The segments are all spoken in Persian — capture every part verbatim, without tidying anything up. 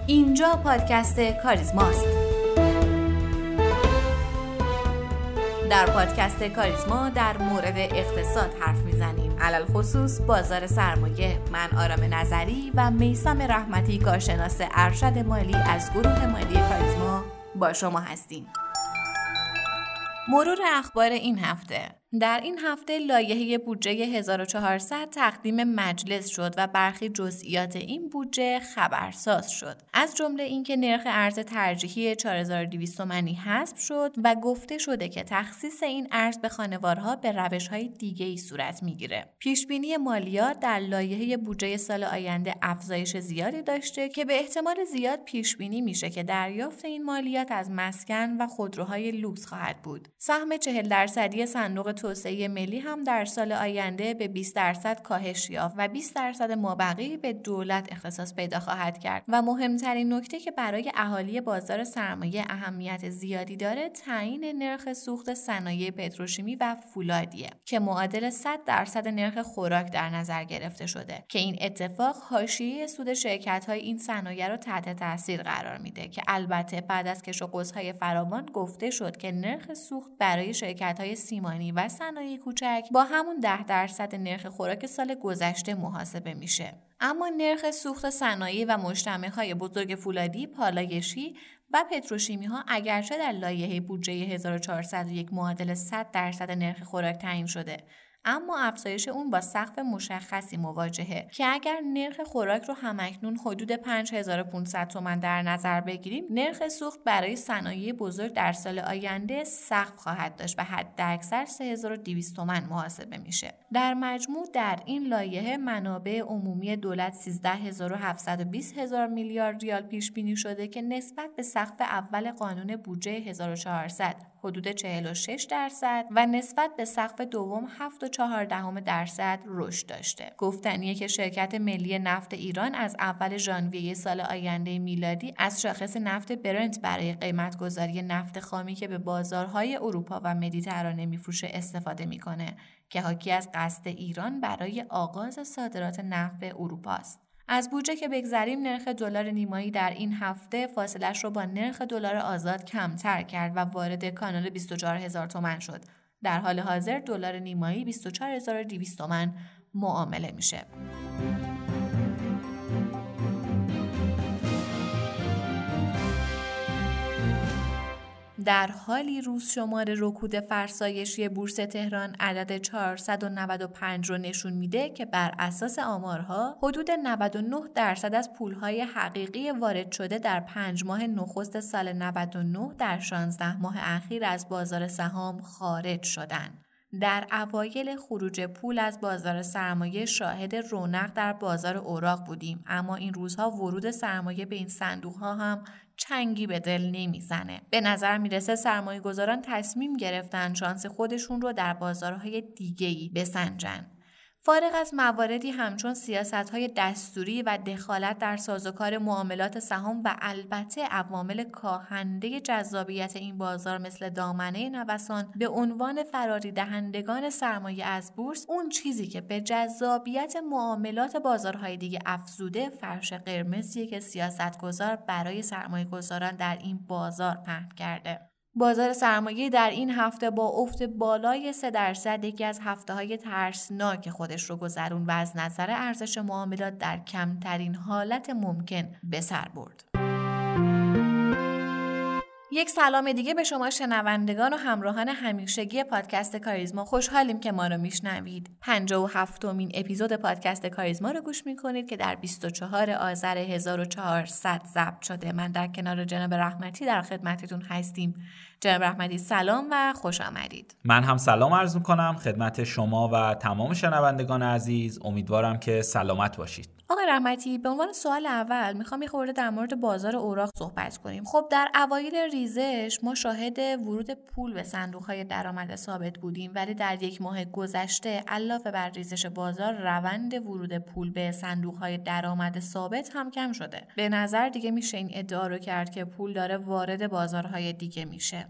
اینجا پادکست کاریزماست. در پادکست کاریزما در مورد اقتصاد حرف میزنیم، علل خصوص بازار سرمایه. من آرام نظری و میثم رحمتی، کارشناس ارشد مالی از گروه مالی کاریزما با شما هستیم. مرور اخبار این هفته. در این هفته لایحه بودجه هزار و چهارصد تقدیم مجلس شد و برخی جزئیات این بودجه خبرساز شد. از جمله اینکه نرخ ارز ترجیحی چهار هزار و دویست تومانی حذف شد و گفته شده که تخصیص این ارز به خانوارها به روش‌های دیگه‌ای صورت می‌گیره. پیشبینی مالیات در لایحه بودجه سال آینده افزایش زیادی داشته که به احتمال زیاد پیشبینی میشه که دریافت این مالیات از مسکن و خودروهای لوکس خواهد بود. سهم چهل درصدی صندوق توسعه ملی هم در سال آینده به بیست درصد کاهش یافت و بیست درصد مابقی به دولت اختصاص پیدا خواهد کرد. و مهمترین نکته که برای اهالی بازار سرمایه اهمیت زیادی داره، تعیین نرخ سوخت صنایع پتروشیمی و فولادیه که معادل صد درصد نرخ خوراک در نظر گرفته شده که این اتفاق حاشیه سود شرکت‌های این صنایع رو تحت تاثیر قرار میده که البته بعد از کش و قوس‌های فراوان گفته شد که نرخ سوخت برای شرکت‌های سیمانی و صنایع کوچک با همون ده درصد نرخ خوراک سال گذشته محاسبه میشه. اما نرخ سوخت صنایع و مجتمع‌های بزرگ فولادی، پالایشی و پتروشیمی ها اگرچه در لایحه بودجه هزار و چهارصد و یک معادل صد درصد نرخ خوراک تعیین شده، اما افزایش اون با سقف مشخصی مواجهه که اگر نرخ خوراک رو همکنون حدود پنج هزار و پانصد تومان در نظر بگیریم، نرخ سوخت برای صنایع بزرگ در سال آینده سقف خواهد داشت و حداکثر سه هزار و دویست تومان محاسبه میشه. در مجموع در این لایحه منابع عمومی دولت سیزده هزار و هفتصد و بیست هزار میلیارد ریال پیش بینی شده که نسبت به سقف اول قانون بودجه هزار و چهارصد حدود چهل و شش درصد و نسبت به سقف دوم هفت و چهار دهم درصد رشد داشته. گفتنیه که شرکت ملی نفت ایران از اول ژانویه سال آینده میلادی از شاخص نفت برنت برای قیمت‌گذاری نفت خامی که به بازارهای اروپا و مدیترانه میفروشه استفاده میکنه که حاکی از قصد ایران برای آغاز صادرات نفت به اروپا است. از بودجه که بگذریم، نرخ دلار نیمایی در این هفته فاصلش رو با نرخ دلار آزاد کمتر کرد و وارد کانال بیست و چهار هزار تومان شد. در حال حاضر دلار نیمایی بیست و چهار هزار و دویست تومان معامله میشه. در حالی روز شمار رکود فرسایشی بورس تهران عدد چهارصد و نود و پنج رو نشون میده که بر اساس آمارها حدود نود و نه درصد از پولهای حقیقی وارد شده در پنج ماه نخست سال نود و نه در شانزده ماه اخیر از بازار سهام خارج شدند. در اوایل خروج پول از بازار سرمایه شاهد رونق در بازار اوراق بودیم، اما این روزها ورود سرمایه به این صندوق‌ها هم چنگی به دل نمیزنه. به نظر میرسه سرمایه گذاران تصمیم گرفتن شانس خودشون رو در بازارهای دیگه‌ای بسنجن. فارغ از مواردی همچون سیاست‌های دستوری و دخالت در سازوکار معاملات سهام و البته عوامل کاهنده جذابیت این بازار مثل دامنه نوسان به عنوان فراری دهندگان سرمایه از بورس، اون چیزی که به جذابیت معاملات بازارهای دیگه افزوده فرش قرمزیه که سیاستگزار برای سرمایه گذاران در این بازار پهن کرده. بازار سرمایه در این هفته با افت بالای سه درصد یکی از هفته‌های ترسناک خودش رو گذرون و از نظر ارزش معاملات در کمترین حالت ممکن به سر برد. یک سلام دیگه به شما شنوندگان و همراهان همیشگی پادکست کاریزما. خوشحالیم که ما رو میشنوید. پنجاه و هفتمین اپیزود پادکست کاریزما رو گوش میکنید که در بیست و چهارم آذر هزار و چهارصد ضبط شده. من در کنار جناب رحمتی در خدمتتون هستیم. جناب رحمتی سلام و خوش آمدید. من هم سلام عرض میکنم خدمت شما و تمام شنوندگان عزیز. امیدوارم که سلامت باشید. آقای رحمتی، به عنوان سوال اول میخوام یه خورده در مورد بازار اوراق صحبت کنیم. خب در اوایل ریزش ما شاهد ورود پول به صندوق‌های درآمد ثابت بودیم، ولی در یک ماه گذشته علاوه بر ریزش بازار، روند ورود پول به صندوق‌های درآمد ثابت هم کم شده. به نظر دیگه میشه این ادعا رو کرد که پول داره وارد بازارهای دیگه میشه.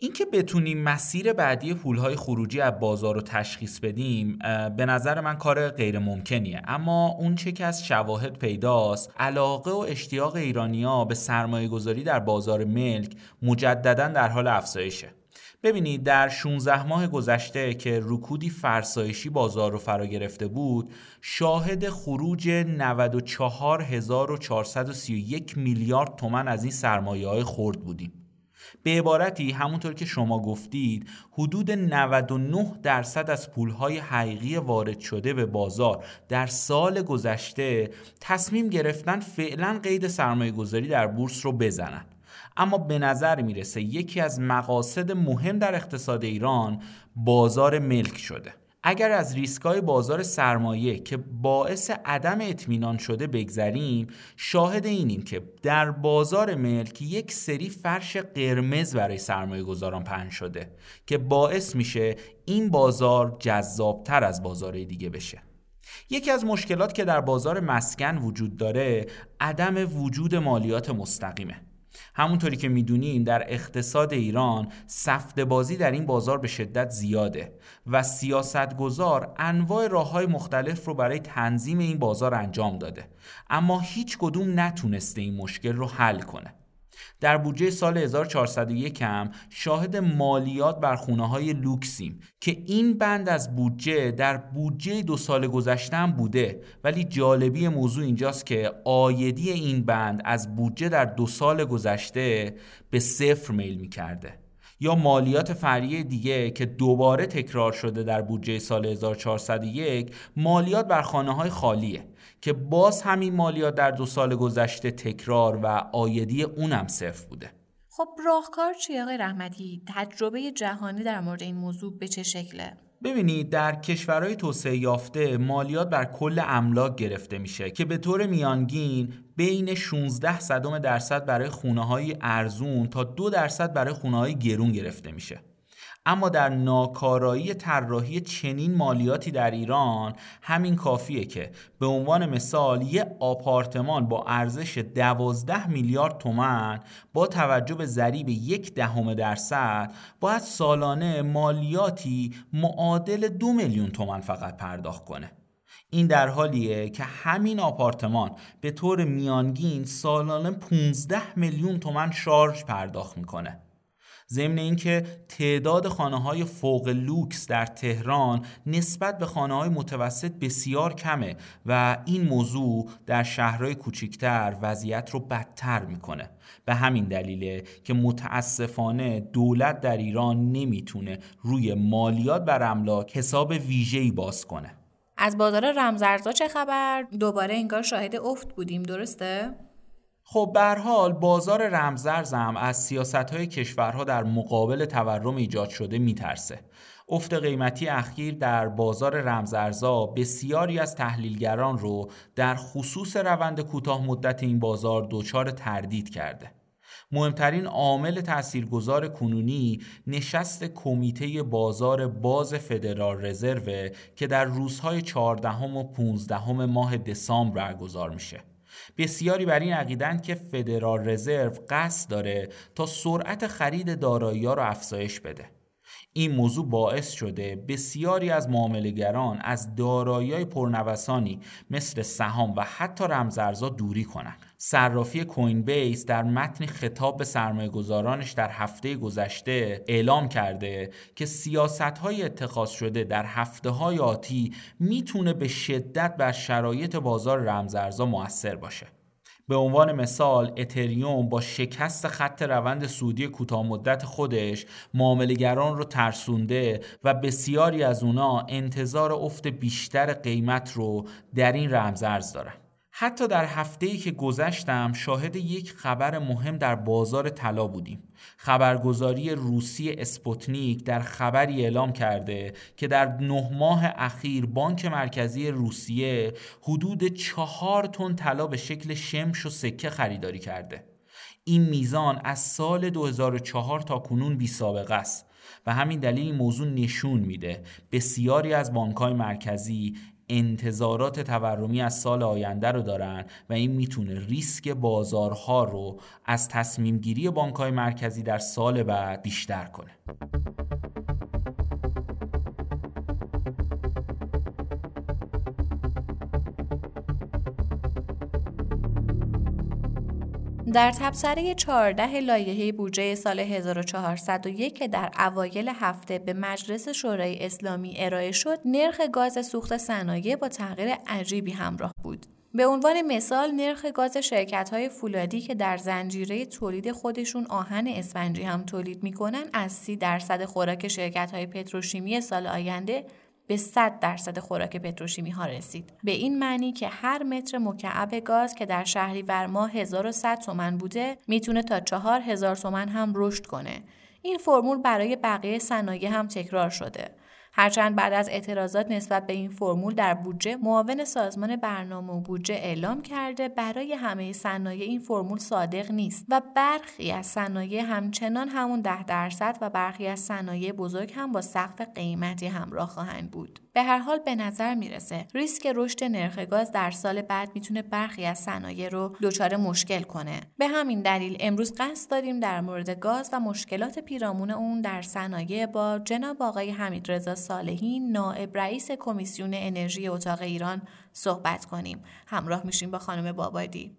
اینکه بتونیم مسیر بعدی پولهای خروجی از بازار رو تشخیص بدیم به نظر من کار غیر ممکنیه، اما اون چه که از شواهد پیداست علاقه و اشتیاق ایرانی‌ها به سرمایه گذاری در بازار ملک مجدداً در حال افزایشه. ببینید در شانزده ماه گذشته که رکودی فرسایشی بازار رو فرا گرفته بود، شاهد خروج نود و چهار هزار و چهارصد و سی و یک میلیارد تومان از این سرمایه‌های خرد بودیم. به عبارتی همونطور که شما گفتید حدود نود و نه درصد از پولهای حقیقی وارد شده به بازار در سال گذشته تصمیم گرفتن فعلا قید سرمایه گذاری در بورس رو بزنن. اما به نظر میرسه یکی از مقاصد مهم در اقتصاد ایران بازار ملک شده. اگر از ریسکای بازار سرمایه که باعث عدم اطمینان شده بگذریم، شاهد اینیم که در بازار ملک یک سری فرش قرمز برای سرمایه گذاران پهن شده که باعث میشه این بازار جذابتر از بازارهای دیگه بشه. یکی از مشکلات که در بازار مسکن وجود داره عدم وجود مالیات مستقیمه. همونطوری که میدونیم در اقتصاد ایران سفته بازی در این بازار به شدت زیاده و سیاستگزار انواع راه‌های مختلف رو برای تنظیم این بازار انجام داده، اما هیچ کدوم نتونسته این مشکل رو حل کنه. در بودجه سال هزار و چهارصد و یک هم شاهد مالیات بر خونه‌های لوکسیم که این بند از بودجه در بودجه دو سال گذشته هم بوده، ولی جالبی موضوع اینجاست که عایدی این بند از بودجه در دو سال گذشته به صفر میل می‌کرده. یا مالیات فرعی دیگه که دوباره تکرار شده در بودجه سال هزار و چهارصد و یک، مالیات بر خانه‌های خالیه که باز همین مالیات در دو سال گذشته تکرار و عایدی اونم صفر بوده. خب راهکار چیه آقای رحمتی؟ تجربه جهانی در مورد این موضوع به چه شکله؟ ببینید در کشورهای توسعه یافته مالیات بر کل املاک گرفته میشه که به طور میانگین بین شانزده صدم درصد برای خونه‌های ارزون تا دو درصد برای خونه‌های گرون گرفته میشه. اما در ناکارایی طراحی چنین مالیاتی در ایران همین کافیه که به عنوان مثال یه آپارتمان با ارزش دوازده میلیارد تومان با توجه به ضریب یک دهم درصد باید سالانه مالیاتی معادل دو میلیون تومان فقط پرداخت کنه. این در حالیه که همین آپارتمان به طور میانگین سالانه پانزده میلیون تومان شارژ پرداخت میکنه. ضمن اینکه تعداد خانه‌های فوق لوکس در تهران نسبت به خانه‌های متوسط بسیار کمه و این موضوع در شهرهای کوچکتر وضعیت رو بدتر میکنه. به همین دلیله که متاسفانه دولت در ایران نمیتونه روی مالیات بر املاک حساب ویژه‌ای باز کنه. از بازار رمزارزها چه خبر؟ دوباره انگار شاهد افت بودیم، درسته؟ خب به هر حال بازار رمزارز هم از سیاست‌های کشورها در مقابل تورم ایجاد شده میترسه. افت قیمتی اخیر در بازار رمزارزها بسیاری از تحلیلگران رو در خصوص روند کوتاه مدت این بازار دچار تردید کرده. مهمترین عامل تاثیرگذار کنونی نشست کمیته بازار باز فدرال رزرو که در روزهای چهاردهم و پانزدهم ماه دسامبر برگزار میشه. بسیاری بر این عقیدند که فدرال رزرو قصد داره تا سرعت خرید دارایی‌ها رو افزایش بده. این موضوع باعث شده بسیاری از معامله‌گران از دارایی‌های پرنوسانی مثل سهام و حتی رمزارزها دوری کنند. صرافی کوین بیس در متن خطاب به سرمایه‌گذارانش در هفته گذشته اعلام کرده که سیاست‌های اتخاذ شده در هفته‌های آتی میتونه به شدت بر شرایط بازار رمزارزها مؤثر باشه. به عنوان مثال اتریوم با شکست خط روند سودی کوتاه مدت خودش معامله‌گران رو ترسونده و بسیاری از اونا انتظار افت بیشتر قیمت رو در این رمزارز دارن. حتی در هفته‌ای که گذشتم شاهد یک خبر مهم در بازار طلا بودیم. خبرگزاری روسی اسپوتنیک در خبری اعلام کرده که در نه ماه اخیر بانک مرکزی روسیه حدود چهار تن طلا به شکل شمش و سکه خریداری کرده. این میزان از سال دو هزار و چهار تا کنون بی سابقه است و همین دلیل این موضوع نشون میده بسیاری از بانک‌های مرکزی انتظارات تورمی از سال آینده رو دارن و این میتونه ریسک بازارها رو از تصمیم گیری بانک‌های مرکزی در سال بعد بیشتر کنه. در تبصره چهارده لایحه بودجه سال هزار و چهارصد و یک که در اوایل هفته به مجلس شورای اسلامی ارائه شد، نرخ گاز سوخت صنایع با تغییر عجیبی همراه بود. به عنوان مثال نرخ گاز شرکت‌های فولادی که در زنجیره تولید خودشون آهن اسفنجی هم تولید می‌کنن از سی درصد خوراک شرکت‌های پتروشیمی سال آینده به صد درصد خوراک پتروشیمی ها رسید. به این معنی که هر متر مکعب گاز که در شهریور ماه هزار و صد تومان بوده میتونه تا چهار هزار تومان هم رشد کنه. این فرمول برای بقیه صنایع هم تکرار شده. هرچند بعد از اعتراضات نسبت به این فرمول در بودجه، معاون سازمان برنامه و بودجه اعلام کرده برای همه صنایع این فرمول صادق نیست و برخی از صنایع همچنان همون ده درصد و برخی از صنایع بزرگ هم با سقف قیمتی همراه خواهند بود. به هر حال به نظر میرسه ریسک رشد نرخ گاز در سال بعد میتونه برخی از صنایع رو دچار مشکل کنه. به همین دلیل امروز قصد داریم در مورد گاز و مشکلات پیرامون اون در صنایع با جناب آقای حمیدرضا صالحی، نائب رئیس کمیسیون انرژی اتاق ایران صحبت کنیم. همراه میشیم با خانم بابادی.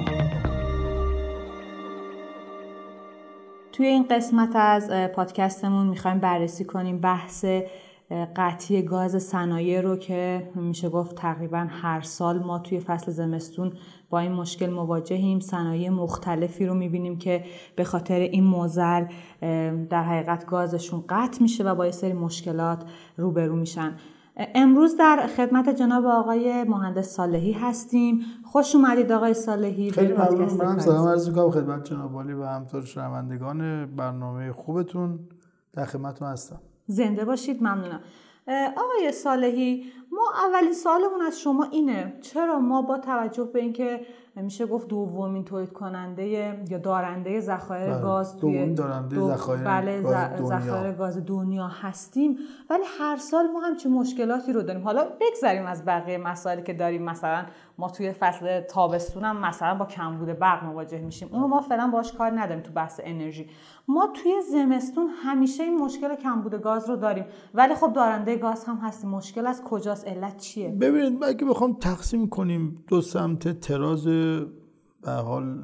توی این قسمت از پادکستمون میخوایم بررسی کنیم بحث قطعی گاز صنایع رو که میشه گفت تقریبا هر سال ما توی فصل زمستون با این مشکل مواجهیم. صنایع مختلفی رو میبینیم که به خاطر این معضل در حقیقت گازشون قطع میشه و با یه سری مشکلات روبرو میشن. امروز در خدمت جناب آقای مهندس صالحی هستیم. خوش اومدید آقای صالحی. خیلی ممنون. من سلام عرض می‌کنم خدمت جناب عالی و همطور شنوندگان برنامه خوبتون. در خدمتتون هستم. زنده باشید. ممنونم. آقای صالحی، ما اولین سوالمون از شما اینه چرا ما با توجه به اینکه میشه گفت دومین تولید کننده یا دارنده ذخایر گاز دومین دارنده دو... ذخایر بله گاز دنیا ذخایر گاز دنیا هستیم، ولی هر سال ما همچین مشکلاتی رو داریم. حالا بگذاریم از بقیه مسائلی که داریم، مثلا ما توی فصل تابستون هم مثلا با کمبود برق مواجه میشیم، اون رو ما فعلا باهاش کار نداریم تو بحث انرژی. ما توی زمستون همیشه این مشکل کمبود گاز رو داریم، ولی خب دارنده گاز هم هستیم. مشکل از کجاست؟ علت چیه؟ ببینید اگه بخوام تقسیم کنیم دو سمت تراز به حال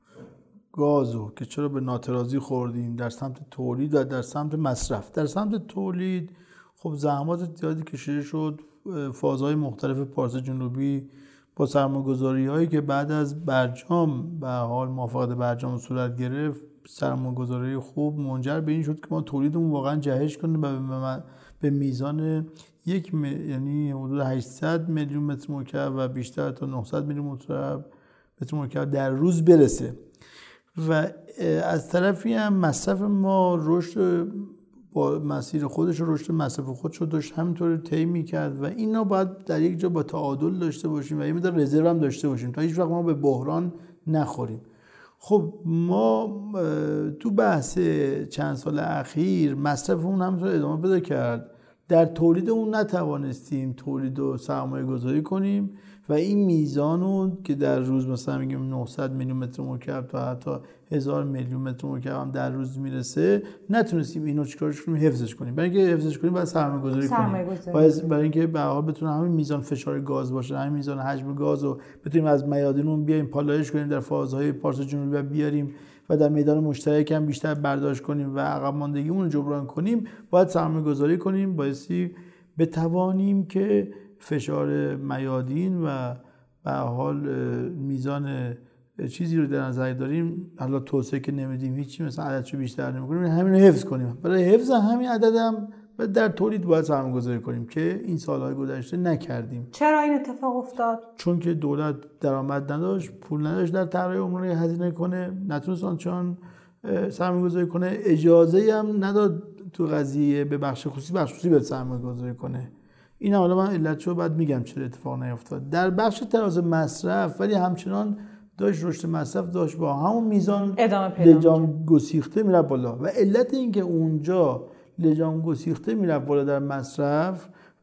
گازو که چرا به ناترازی خوردیم در سمت تولید و در سمت مصرف. در سمت تولید خب زحمات زیادی کشیده شد، فازهای مختلف پارس جنوبی با سرمایه‌گذاری هایی که بعد از برجام به حال موافقت برجام صورت گرفت، سرمایه‌گذاری خوب منجر به این شد که ما تولیدمون واقعا جهش کنیم و به میزان یک م... یعنی حدود هشتصد میلیون متر مکعب و بیشتر تا نهصد میلیون متر مکعب در روز برسه. و از طرفی هم مصرف ما رشد با مسیر خودش و رشد مصرف خودش رو داشت همینطور طی می‌کرد و اینا باید در یک جا با تعادل داشته باشیم و یه مقدار رزرو هم داشته باشیم تا هیچ وقت ما به بحران نخوریم. خب ما تو بحث چند سال اخیر مصرفمون همینطور ادامه پیدا کرد، در تولید اون نتوانستیم تولید و سرمایه گذاری کنیم و این میزانو که در روز مثلا میگیم نهصد میلیون متر مکعب تا حتی هزار میلیون متر مکعب هم در روز میرسه، نتونستیم اینو چیکارش کنیم؟ حفظش کنیم. برای اینکه حفظش کنیم باید سرمایه گذاری کنیم، باید برای اینکه به هر حال بتونه همین میزان فشار گاز باشه، همین میزان حجم گاز رو بتونیم از میادینمون بیایم پالایش کنیم در فازهای پارس جنوبی و بیاریم و در میدان مشترک هم بیشتر برداشت کنیم و عقب ماندگیمون رو جبران کنیم. باید سرمایه گذاری کنیم، بایستی بتوانیم که فشار میادین و به حال میزان چیزی رو در نظر داریم، حالا توسعه که نمیدیم هیچی، مثلا عددشو بیشتر نمی‌کنیم، همین رو حفظ کنیم. برای حفظ همین عدد هم در تولید باید سرمایه‌گذاری کنیم که این سال‌های گذشته نکردیم. چرا این اتفاق افتاد؟ چون که دولت درآمد نداشت، پول نداشت در طراحی امور هزینه کنه، نتونست چون سرمایه‌گذاری کنه، اجازه هم نداد تو قضیه به بخش خصوصی بخش خصوصی به سرمایه‌گذاری کنه. این حالا من علتشو بعد میگم چرا اتفاق نیفتاد. در بخش تراز مصرف ولی همچنان داشت رشد مصرف داشت با همون میزان لجام گسیخته میره بالا و علت این که اونجا لجام گسیخته میره بالا در مصرف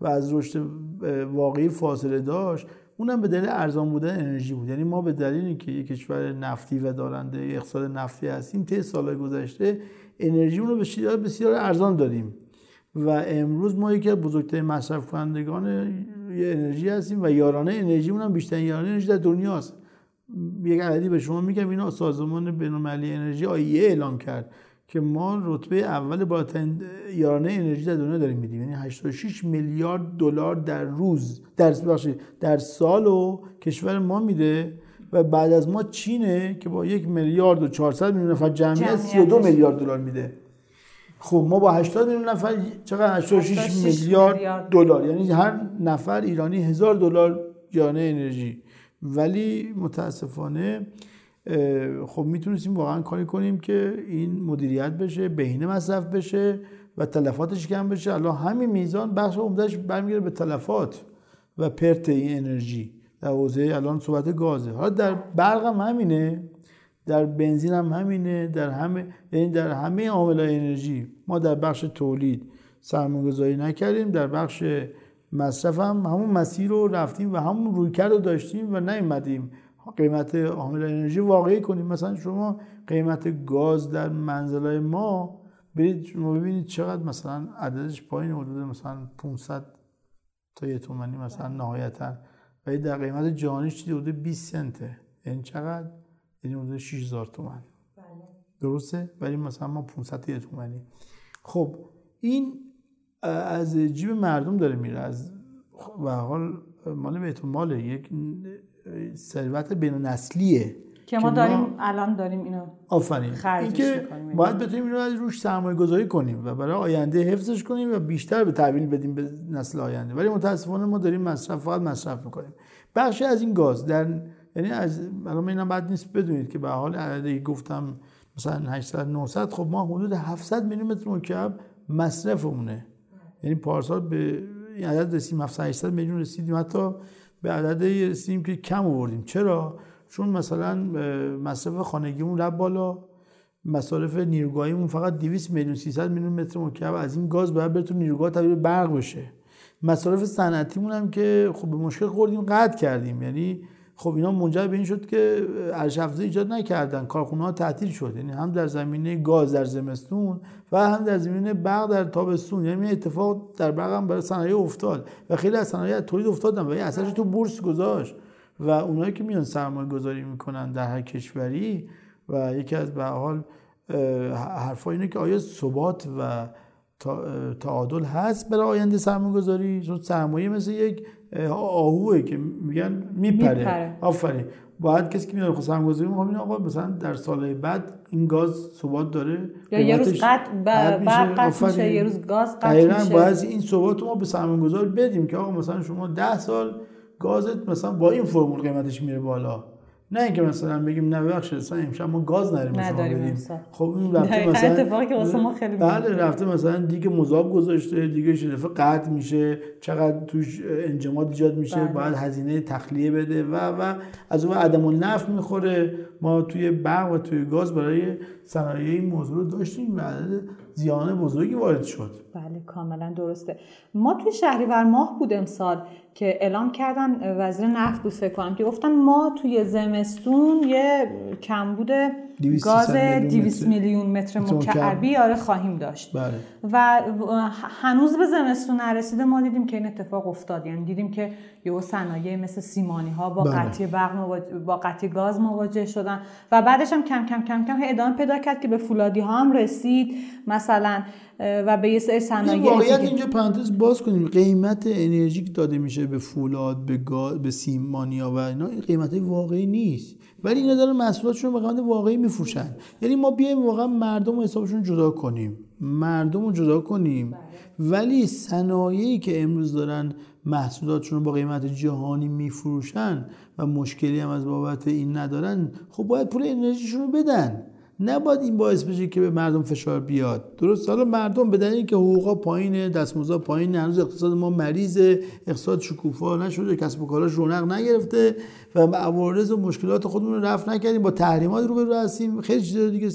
و از رشد واقعی فاصله داشت، اونم به دلیل ارزان بودن انرژی بود. یعنی ما به دلیل اینکه یک کشور نفتی و دارنده اقتصاد نفتی هستیم، طی سالهای گذشته انرژیمون رو بسیار بسیار ارزان داریم و امروز ما یکی از بزرگترین مصرف کنندگان انرژی هستیم و یارانه انرژیمون هم بیشترین یارانه انرژی در دنیاست. یک عددی به شما میگم، اینا سازمان بین‌المللی انرژی آی‌ای اعلام کرد که ما رتبه اول بالاترین یارانه انرژی در دنیا داریم میدیم. یعنی هشتاد و شش میلیارد دلار در روز در بخشی در سال و کشور ما میده و بعد از ما چینه که با یک میلیارد و چهارصد میلیون نفر جمعیت سی و دو میلیارد دلار میده. خب ما با هشتاد میلیون نفر چقدر؟ هشتاد و شش میلیارد دلار، یعنی هر نفر ایرانی هزار دلار یارانه انرژی. ولی متاسفانه خب میتونستیم واقعا کاری کنیم که این مدیریت بشه، بهینه مصرف بشه و تلفاتش کم بشه. الان همین میزان بخش عمدهش برمیگره به تلفات و پرت این انرژی در حوزه الان صحبت گازه. حالا در برق هم همینه، در بنزین هم همینه، در همه یعنی در همه عامل‌های انرژی ما در بخش تولید سرمایه‌گذاری نکردیم، در بخش مصرف هم همون مسیر رو رفتیم و همون رویکرد رو داشتیم و نیومدیم قیمت عامل انرژی واقعی کنیم. مثلا شما قیمت گاز در منزل‌های ما برید شما ببینید چقدر مثلا عددش پایین، حدود مثلا پانصد تا یک تومانی مثلا نهایتاً، ولی در قیمت جهانیش چیزی حدود بیست سنته. یعنی چقدر؟ یعنی حدود شش هزار تومان. بله. درسته؟ ولی مثلا ما پانصد تا یک تومانی. خب این از جیب مردم داره میره، از و حال مال بیت المال یک ثروت بین‌نسلیه که ما داریم ما الان داریم اینو آفرین این که باید بتونیم اینو از روش سرمایه گذاری کنیم و برای آینده حفظش کنیم و بیشتر به تحویل بدیم به نسل آینده. ولی متاسفانه ما داریم مصرف فقط مصرف میکنیم. بخشی از این گاز در یعنی از الان اینا بعد نیست بدونید که به حال عددی گفتم مثلا هشتصد نهصد، خب ما حدود هفتصد میلیون متر مکعب مصرفمونه. یعنی پارسال به این عدد رسیدیم، هفتصد هشتصد میلیون رسیدیم، حتی به عددی رسیدیم که کم آوردیم. چرا؟ چون مثلا مصرف خانگیمون رفت بالا، مصارف نیروگاهیمون فقط دویست میلیون سیصد میلیون متر مکعب از این گاز باید بره تو نیروگاه تبدیل به برق بشه. مصارف صنعتیمون هم که خب به مشکل خوردیم، قطع کردیم. یعنی خب اینا منجر به این شد که ارزش‌افزایی ایجاد نکردن، کارخونه‌ها تعطیل شد. یعنی هم در زمینه گاز در زمستون و هم در زمینه برق در تابستون. یعنی اتفاق در برق هم برای صنایع افتاد و خیلی از صنایع تولید افتادن و این اثرش تو بورس گذاشت. و اونایی که میان سرمایه گذاری میکنن در هر کشوری و یکی از به حال حرفا اینه که آیا ثبات و تعادل هست برای آینده سرمایه گذاری؟ چون سرمایه مثل یک آهوئه که میگن میپره. آفرین. باید کسی که میاد سرمایه گذاری میخواد این آقا مثلا در سالهای بعد این گاز ثبات داره یا یه روز قطع بعد قطع میشه، یه روز گاز قطع میشه. باید این ثبات ما به سرمایه گذار بدیم که آقا مثلا شما ده سال گازت مثلا با این فرمول قیمتش میره بالا، نه اینکه مثلا بگیم نه بخش مثلا امشب ما گاز نریم شما بدیم. خب این رفته مثلا اتفاقی که واسه ما خیلی بله رفته مثلا دیگه مذاب گذاشته، دیگه شرف قطع میشه، چقدر توش انجماد ایجاد میشه، بله. باید هزینه تخلیه بده و و از اون عدم النفع میخوره. ما توی برق و توی گاز برای صنایع این موضوع رو داشتیم و زیان بزرگی وارد شد. بله کاملا درسته. ما توی شهریور ماه بود امسال که اعلام کردن، وزیر نفت بود فکر کنم، که گفتن ما توی زمستون یه کمبود گاز دویست میلیون متر مکعبی آره خواهیم داشت. بله. و هنوز به زمستون نرسیده ما دیدیم که این اتفاق افتاد. یعنی دیدیم که یه صنایع مثل سیمانی ها با بله. قطعی برق مواجه با قطعی گاز مواجه شدن و بعدش هم کم کم کم کم ادامه پیدا کرد که به فولادی ها هم رسید مثلا و به یه سری صنایع. واقعیت اینجا پرانتز باز کنیم، قیمت انرژی که داده میشه به فولاد، به گاز، به سیمانیا و اینا قیمت واقعی نیست، ولی اینا دارن محصولاتشون به قیمت واقعی میفروشن. یعنی ما بیایم واقعا مردم و حسابشون جدا کنیم، مردم رو جدا کنیم بله. ولی صنایعی که امروز دارن محصولاتشون رو با قیمت جهانی میفروشن و مشکلی هم از بابت این ندارن، خب باید پول انرژیشون رو بدن، نباید این باعث بشه که به مردم فشار بیاد. درست؟ حالا مردم به دلیلی که حقوقا پایینه، دستمزدها پایینه، هنوز اقتصاد ما مریضه، اقتصاد شکوفا نشده، کسب و کاراش رونق نگرفته و عوارض و مشکلات خودمون رو رفع نکردیم، با تحریمات روبرو هستیم، خیلی چیزا دیگه.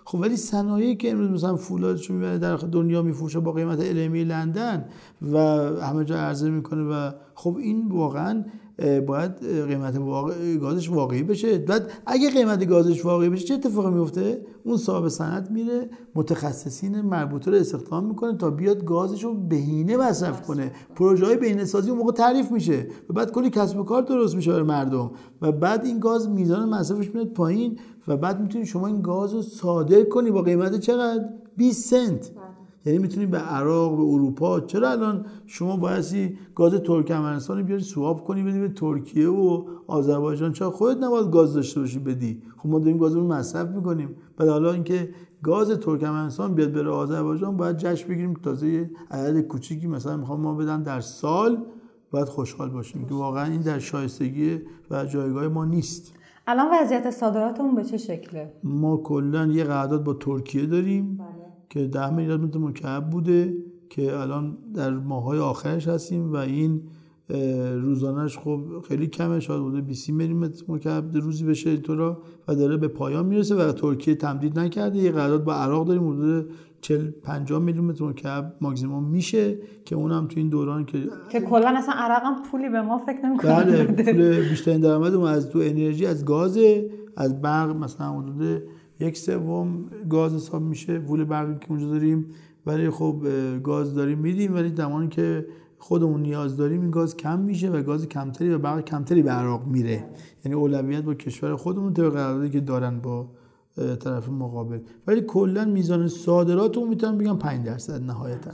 خب ولی صنایعی که امروز مثلا فولادشو میبره در دنیا میفروشه با قیمت المی لندن و همه جا عرضه میکنه و خب این واقعا باید قیمت واقع... گازش واقعی بشه. بعد اگه قیمت گازش واقعی بشه چه اتفاقی میفته؟ اون صاحب صنعت میره متخصصین مربوطه رو استخدام میکنه تا بیاد گازش رو بهینه مصرف کنه. پروژه های بهینه سازی اون موقع تعریف میشه و بعد کلی کسب و کار درست میشه برای مردم و بعد این گاز میزان مصرفش میاد پایین و بعد میتونی شما این گاز رو صادر کنی با قیمت چقدر؟ بیست سنت. یعنی میتونی به عراق، به اروپا. چرا الان شما بایستی گاز ترکمنستان رو بیاری سواب کنی بدی به ترکیه و آذربایجان؟ چرا خودت نباید گاز داشته باشی بدی؟ خب ما داریم گاز رو مصرف میکنیم. بعد حالا اینکه گاز ترکمنستان بیاد بره آذربایجان باید جشن بگیریم که تازه عدد کوچیکی مثلا میخوام ما بدن در سال، باید خوشحال باشیم که واقعا این در شایستگی و جایگاه ما نیست. الان وضعیت صادراتمون به چه شکله؟ ما کلا یه قرارداد با ترکیه داریم بله. که ده میلیارد متر مکعب بوده که الان در ماه‌های آخرش هستیم و این روزانه‌اش خب خیلی کمه، شاید بوده بیست میلیمتر مکعب روزی بشه اینطورا و داره به پایان میرسه و ترکیه تمدید نکرده. یه قرارداد با عراق داریم حدود چهل پنجاه میلیمتر مکعب ماکسیموم میشه که اونم تو این دوران که که کلا اصلا عراق هم پولی به ما فکر نمی‌کنه. بله پول بیشترین درآمدمون از تو انرژی از گاز، از برق مثلا حدود یک سوم گاز حساب میشه پول برقی که اونجا داریم، ولی خب گاز داریم میدیم ولی زمانی که خودمون نیاز داریم این گاز کم میشه و گاز کمتری و برق کمتری به عراق میره. یعنی اولویت با کشور خودمون طبق قراردادی که دارن با طرف مقابل. ولی کلا میزان صادراتمون میتونم بگم پنج درصد نهایتا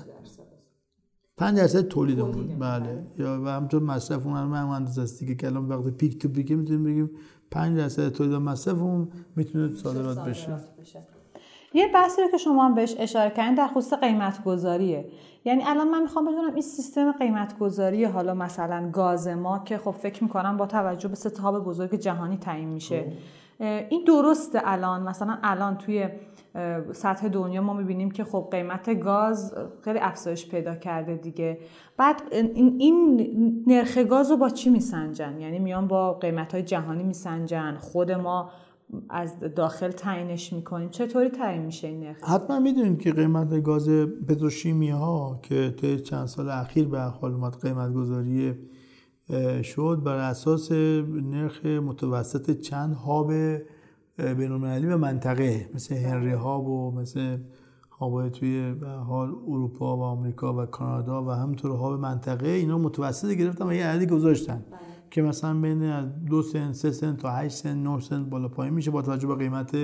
پنج درصد تولیدمون بله یا و همونطور مصرفمون هم اندازه است دیگه که الان وقت پیک تو پیک میتونیم بگیم پنج درصد تولید و مصرفمون میتونه صادرات بشه. یه بحثی رو که شما هم بهش اشاره کردین در خصوص قیمت گذاریه. یعنی الان من میخوام بدونم این سیستم قیمت گذاری حالا مثلا گاز ما که خب فکر میکنم با توجه به سته‌ها بزرگ جهانی تعیین میشه، این درسته؟ الان مثلا الان توی سطح دنیا ما میبینیم که خب قیمت گاز خیلی افزایش پیدا کرده دیگه. بعد این, این نرخ گاز رو با چی میسنجن؟ یعنی میان با قیمت‌های جهانی میسنجن؟ خود ما از داخل تعیینش میکنیم؟ چطوری تعیین میشه این نرخ؟ حتما میدونید که قیمت گاز پتروشیمی ها که طی چند سال اخیر به حال اومد قیمت گذاری شد بر اساس نرخ متوسط چند هاب بین‌المللی و منطقه مثل هنری هاب و مثل هابای توی به حال اروپا و آمریکا و کانادا و همینطور هاب منطقه، اینا متوسط گرفتن و یه عددی گذاشتن بله. که مثلا بین دو سنت سه سنت تا هشت سنت نه سنت بالا پایین میشه با توجه به قیمت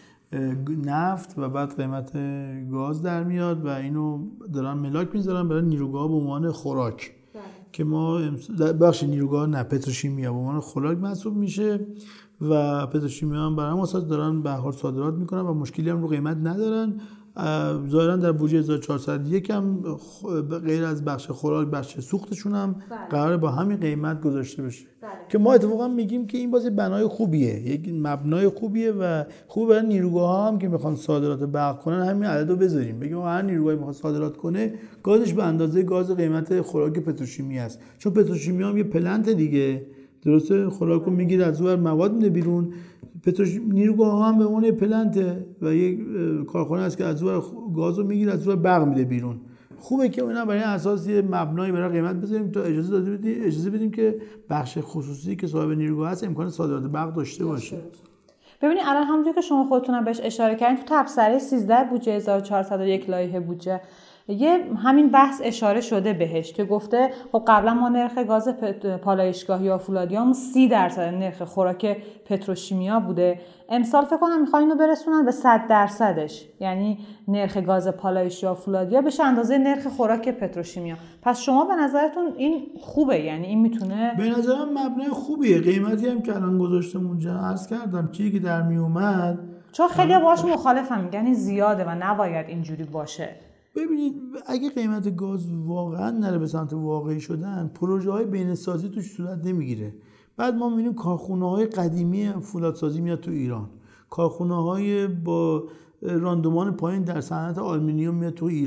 نفت و بعد قیمت گاز در میاد و اینو دارن ملاک میذارن برای نیروگاه به عنوان خوراک بله. که ما بخش نیروگاه نه پتروشیمیا به عنوان خوراک محسوب میشه و پتروشیمیا هم برای اساس دارن به هر صادرات میکنن و مشکلی هم رو قیمت ندارن. ظاهرا در بودجه هزار و چهارصد و یک هم غیر از بخش خوراک بخش سوختشون هم بله. قراره با همین قیمت گذاشته بشه بله. که ما اتفاقا میگیم که این بازی بنای خوبیه، یک مبنای خوبیه و خوبه برای نیروگاه ها هم که میخوان صادرات برق کنن همین عددو بذاریم، بگیم هر نیروگاهی میخواد صادرات کنه گازش به اندازه گاز قیمت خوراک پتروشیمی است، چون پتروشیمی هم یه پلنت دیگه درسته خوراکو میگیره از اون مواد میده بیرون. پتروش نیروگاه ها هم به اون پلنته و یک کارخانه است که از اون گازو میگیره از اون برق میده بیرون. خوبه که اونا برای اساس یه مبنایی برای قیمت بذاریم تا اجازه داده بدیم اجازه بدیم که بخش خصوصی که صاحب نیروگاه هست امکان صادرات برق داشته باشه. ببینید الان همونجوری که شما خودتون بهش اشاره کردین تو تبصره سیزده بودجه هزار و چهارصد و یک لایحه بودجه یه همین بحث اشاره شده بهش که گفته خب قبلا ما نرخ گاز پالایشگاهی یا فولادیوم سی درصد نرخ خوراک پتروشیمیا بوده، امسال فکر کنم میخوان اینو برسونن به صد درصدش، یعنی نرخ گاز پالایش یا فولادیا بشه اندازه نرخ خوراک پتروشیمیا. پس شما به نظرتون این خوبه؟ یعنی این میتونه به نظرم مبنای خوبیه. قیمتی هم که الان گذاشتم اونجا عرض کردم چیزی که در می اومد، چون خیلی باهاش مخالفم میگن این زیاده و نباید اینجوری باشه. ببینید اگه قیمت گاز واقعا نره به سمت واقعی شدن پروژه های بین‌سازی توش صورت نمیگیره. بعد ما میبینیم کارخونه های قدیمی فولادسازی میاد تو ایران، کارخونه های با راندمان پایین در صنعت آلومینیوم میاد تو ایران،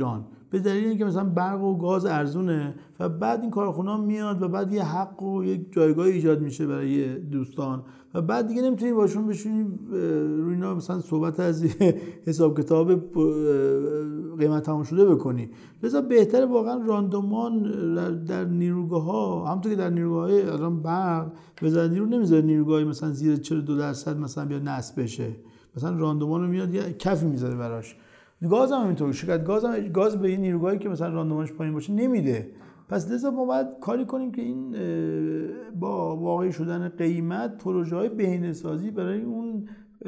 به دلیل اینکه مثلا برق و گاز ارزونه و بعد این کارخونه میاد و بعد یه حق و یک جایگاه ایجاد میشه برای دوستان و بعد دیگه نمیتونی باشون بشونی روی اینا مثلا صحبت از حساب کتاب قیمت تمام شده بکنی. لذا بهتره واقعا راندمان در نیروگاه‌ها، همونطور که در نیروگاه‌های الان برق وزارت نیرو نمیذاره نیروگاهی مثلا زیر چهل و دو درصد مثلا بیا نصب بشه، مثلا راندمان رو میاد یه کفی میذاره براش. گاز هم اینطور، شرکت گاز هم گاز به این نیروگاهی که مثلا راندمانش پایین باشه نمیده. پس لذا ما باید کاری کنیم که این با واقعی شدن قیمت پروژه‌های بهینه‌سازی برای اون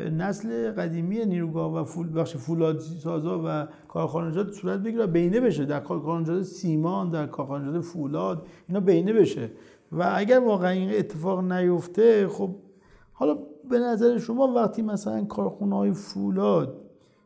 نسل قدیمی نیروگاه و فول بخش فولادسازا و کارخانجات صورت بگیره، بهینه بشه در کارخانجات سیمان، در کارخانجات فولاد، اینا بهینه بشه. و اگر واقعا این اتفاق نیفته، خب حالا به نظر شما وقتی مثلا کارخانه‌های فولاد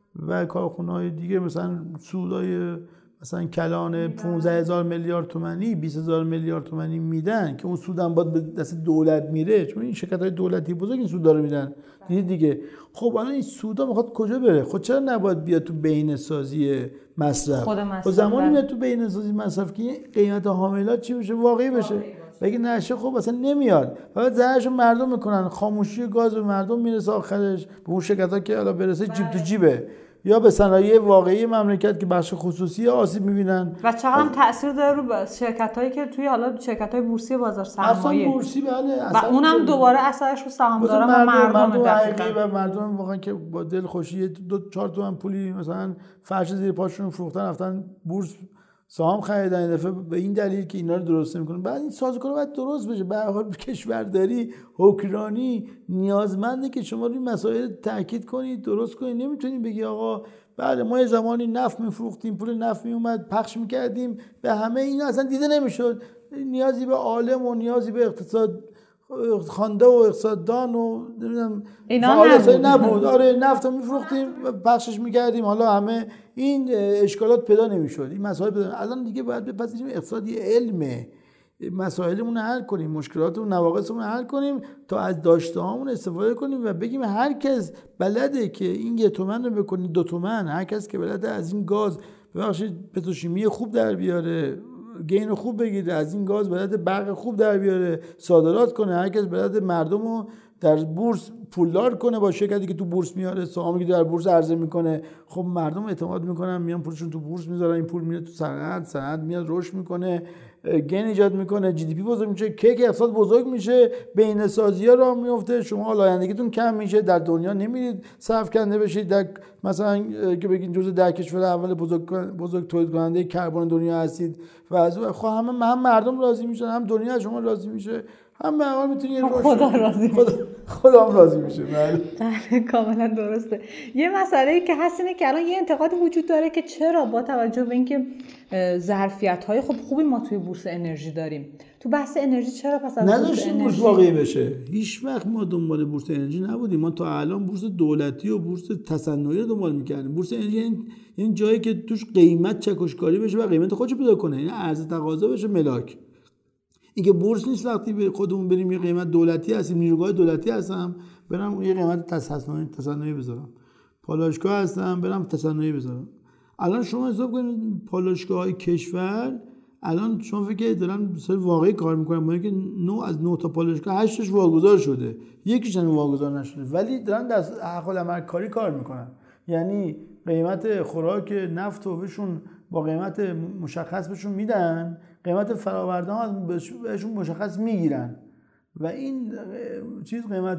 و کارخانه‌های دیگه مثلا سودای مثلا کلان پانزده هزار میلیارد تومانی، بیست هزار میلیارد تومانی میدن که اون سود هم باید به دست دولت میره، چون این شرکت‌های دولتی بزرگ این سودا رو میدن دیگه دیگه. خب الان این سودا میخواد کجا بره؟ خب چرا نباید بیاد تو بهینه‌سازی مصرف؟ خود مصرف و زمانی میاد تو بهینه‌سازی مصرف که قیمت حاملات چی بشه؟ واقعی بشه. بگی نشه خب اصلا نمیاد. بعد ضررشو مردم میکنن. خاموشی گاز به مردم میرسه، آخرش به اون شرکت‌ها که حالا برسه جیب تو جیبه، یا به صنایع واقعی مملکت که بخش خصوصی آسیب می‌بینن. و چقدر هم تأثیر داره رو شرکت‌هایی که توی حالا شرکت‌های بورسی بازار سرمایه، اصلا بورسی بله، و اونم دوباره اثرش رو سهامداران و مردم حقیقی و مردم واقعا که با دل خوشی دو چهار تومن پولی مثلا فرش زیر پاشون فروختن رفتن بورس سهام خریدن این دفعه به این دلیل که اینا رو درست نمی‌کنن. بعد این سازوکار باید درست بشه. به هر حال کشورداری، حکمرانی نیازمنده که شما روی مسائل تاکید کنید، درست کنید. نمیتونید بگی آقا بله ما یه زمانی نفت می‌فروختیم، پول نفت میومد پخش می‌کردیم به همه، اینا اصلا دیده نمی‌شد. نیازی به عالم و نیازی به اقتصاد خوانده و اقتصاددان و نمیدونم فعالیت‌های نبود. آره نفت رو می‌فروختیم پخشش می‌کردیم، حالا همه این اشکالات پیدا نمی‌شد، این مسائل پیدا. الان دیگه باید بپذیریم اقتصاد یه علمه، مسائلمون رو حل کنیم، مشکلاتمون نواقصمون رو حل کنیم تا از داشته‌هامون استفاده کنیم و بگیم هر کس بلده که این یه تومن رو بکنی دو تومن، هر کس که بلده از این گاز ببخشید پتروشیمی خوب در بیاره، گین خوب بگیره، از این گاز بلده برق خوب در بیاره، صادرات کنه، هر کس بلده مردم رو در بورس پولدار کنه با شرکتی که تو بورس میاره، سهامی که در بورس عرضه میکنه، خب مردم اعتماد میکنن، میان پولشون تو بورس میذارن، این پول میره تو صنعت، صنعت میاد رشد میکنه، گین ایجاد میکنه، جی دی پی بزرگ میشه، کیک اقتصاد بزرگ میشه، بهینه‌سازی‌ها راه میفته، شما آلایندگیتون کم میشه، در دنیا نمیرید صرفکنده بشید، در مثلا که بگین جزء ده کشور اول بزرگ بزرگ تولید کننده کربن دنیا هستید و از خب همه هم مردم راضی میشن، هم دنیا از شما راضی میشه، هم به هر میتونی خدا راضی خدا خدا هم راضی میشه. بله بله کاملا درسته. یه مسئله که هست اینه که الان یه انتقاد وجود داره که چرا با توجه به اینکه ظرفیت‌های خب خوبی ما توی بورس انرژی داریم، تو بحث انرژی چرا پس از نداشتیم بورس واقعی بشه؟ هیچ وقت ما دنبال بورس انرژی نبودیم. ما تا الان بورس دولتی و بورس تصنعی رو دنبال می‌کردیم. بورس انرژی این این جایی که توش قیمت چکشکاری بشه و قیمت خودش پیدا کنه، این عرضه تقاضا بشه ملاک. اینکه بورس نیست وقتی به خودمون بریم یه قیمت دولتی هستیم، نیروگاه دولتی هستم برم یه قیمت تصنعی تصنعی بذارم، پالایشگاه هستم برم تصنعی بذارم. الان شما حساب کنید پالایشگاه‌های کشور الان شما فکر دارن بسیار واقعی کار میکنن، ما اینکه نه از نه تا پالایشگاه هشتش واگذار شده، یکیش هم واگذار نشده، ولی دارن در حق العمل کاری کار میکنن. یعنی قیمت خوراک نفت رو بهشون با قیمت مشخص بهشون میدن، قیمت فراورده هم بهشون مشخص میگیرن و این چیز قیمت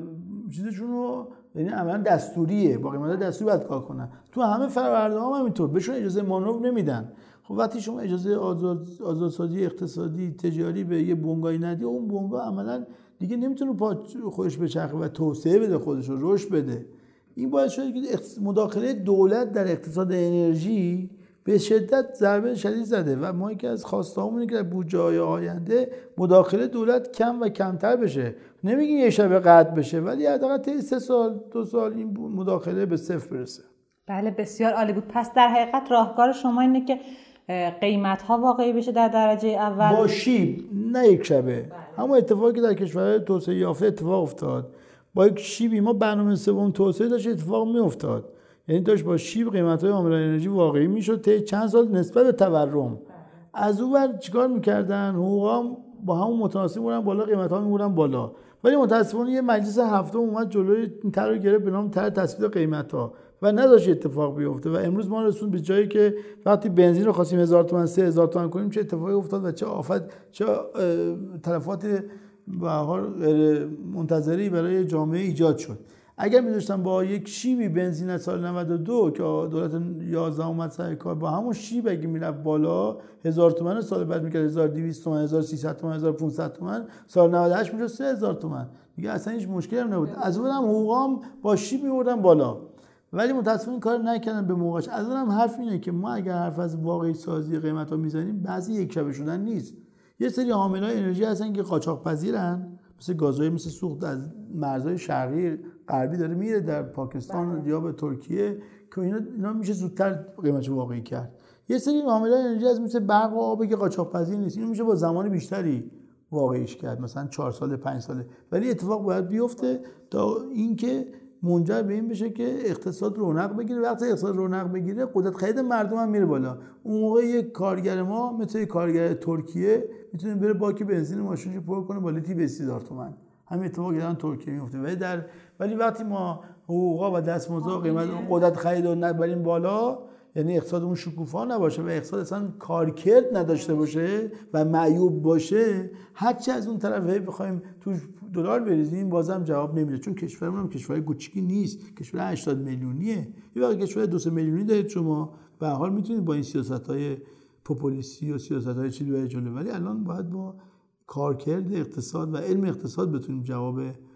چیزشون رو یعنی عملا دستوریه، با قیمت دستوری باید کار کنن. تو همه فراورده هم همینطور بهشون اجازه مانور نمیدن. خب وقتی شما اجازه آزاد آزادسازی اقتصادی تجاری به یه بنگاهی ندی، اون بنگاه عملا دیگه نمیتونه پا خودش بچرخه و توسعه بده، خودش رو رشد بده. این باعث شده که مداخله دولت در اقتصاد انرژی به شدت ضربه شدید زده و ما یکی از خواستهامونه که در بودجه‌های آینده مداخله دولت کم و کمتر بشه. نمیگیم یه شب قطع بشه، ولی حداقل تا سه سال دو سال این مداخله به صفر برسه. بله بسیار عالی بود. پس در حقیقت راهکار شما اینه که قیمت ها واقعی بشه در درجه اول با شیب، نه یک شبه. همون اتفاقی که در کشورهای توسعه یافته اتفاق افتاد، با یک شیبی ما برنامه سوم توسعه داشت اتفاق می افتاد. یعنی داشت با شیب قیمت‌های عاملان انرژی واقعی میشد تا چند سال نسبت به تورم. از اون ور چیکار میکردن؟ حقوقا با همون متناسب بودن بالا، قیمت‌ها میبرن بالا. ولی متاسفانه یه مجلس هفتم اومد جلوی این طرح رو گرفت به نام طرح تثبیت قیمت‌ها و نداشت اتفاق بیفته و امروز ما رسون به جایی که وقتی بنزین رو خواستیم هزار تومان سه هزار تومان کنیم چه اتفاقی افتاد و چه آفت، چه تلفات به هر حال منتظری برای جامعه ایجاد شد. اگر می‌داشتن با یک شیبی بنزین از سال نود و دو که دولت یازده اومد سر کار، با همون شیب اگه میرفت بالا هزار تومان، سال بعد می‌کرد هزار و دویست تومان، هزار و سیصد تومان، هزار و پانصد تومان، سال نود و هشت می‌شد سه هزار تومان. دیگه اصلا هیچ مشکلی هم نبود. از اونم حقوقام با شیب می‌بردن بالا. ولی متأسفانه این کار نکردن به موقعش. از اونم حرف اینه که ما اگر حرف از واقعی سازی قیمت‌ها میزنیم، بعضی یک شبه شدن نیست. یه سری عاملای انرژی هستن که قاچاق پذیرن، مثل گازهای مثل سوخت از مرزهای شرقی غربی داره میره در پاکستان یا به ترکیه که اینا اینا میشه زودتر قیمتش واقعی کرد. یه سری عاملای انرژی هست مثل برق و آب که قاچاق پذیر نیست، اینو میشه با زمان بیشتری واقعیش کرد، مثلا چهار سال پنج ساله. ولی اتفاق باید بیفته تا اینکه منجر به این بشه که اقتصاد رونق بگیره. وقتی اقتصاد رونق بگیره قدرت خرید مردم هم میره بالا. اون موقع یک کارگر ما مثل یک کارگر ترکیه میتونه بره باک بنزین ماشینش پر کنه با لیتر بیست هزار تومان. همین اتفاقی در ترکیه میفته. ولی در ولی وقتی ما حقوقا و دستمزدها قیمت قدرت خرید رو نبریم بالا، یعنی اقتصادمون شکوفا نباشه و اقتصاد اصلا کارکرد نداشته باشه و معیوب باشه، هرچی از اون طرف هی بخوایم تو دلار بریزیم بازم جواب نمیده، چون کشورمون هم کشور کوچیکی نیست، کشور هشتاد میلیونیه. یه وقت کشور دو سه میلیونی دارید شما، به هر حال میتونید با این سیاست‌های پوپولیستی و سیاست‌های چیزی برای جلو، ولی الان باید با کارکرد اقتصاد و علم اقتصاد بتونیم جواب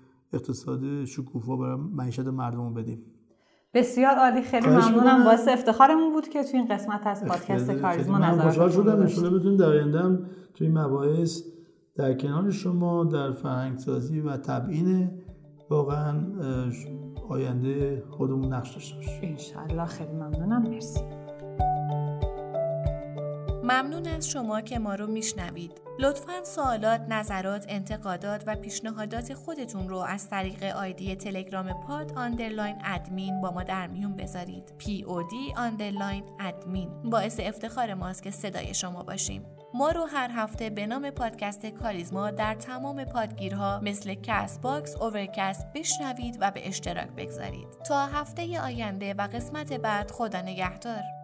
اقتصاد شکوفا برای معیشت مردم بدیم. بسیار عالی، خیلی ممنونم. واسه افتخارمون بود که تو این قسمت از پادکست کاریزما نظر خوشحال شدم ان شاءالله بتونیم در آینده هم تو این مباحث در کنار شما در فرهنگ سازی و تبیین واقعا آینده خودمون نقش داشته باشیم ان شاءالله. خیلی ممنونم. مرسی. ممنون از شما که ما رو میشنوید. لطفاً سوالات، نظرات، انتقادات و پیشنهادات خودتون رو از طریق آیدی تلگرام پاد آندرلاین ادمین با ما در میون بذارید. پی او دی آندرلاین ادمین. باعث افتخار ماست که صدای شما باشیم. ما رو هر هفته به نام پادکست کاریزما در تمام پادگیرها مثل کست باکس، اوورکست بشنوید و به اشتراک بگذارید. تا هفته آینده و قسمت بعد، خدا نگهدار.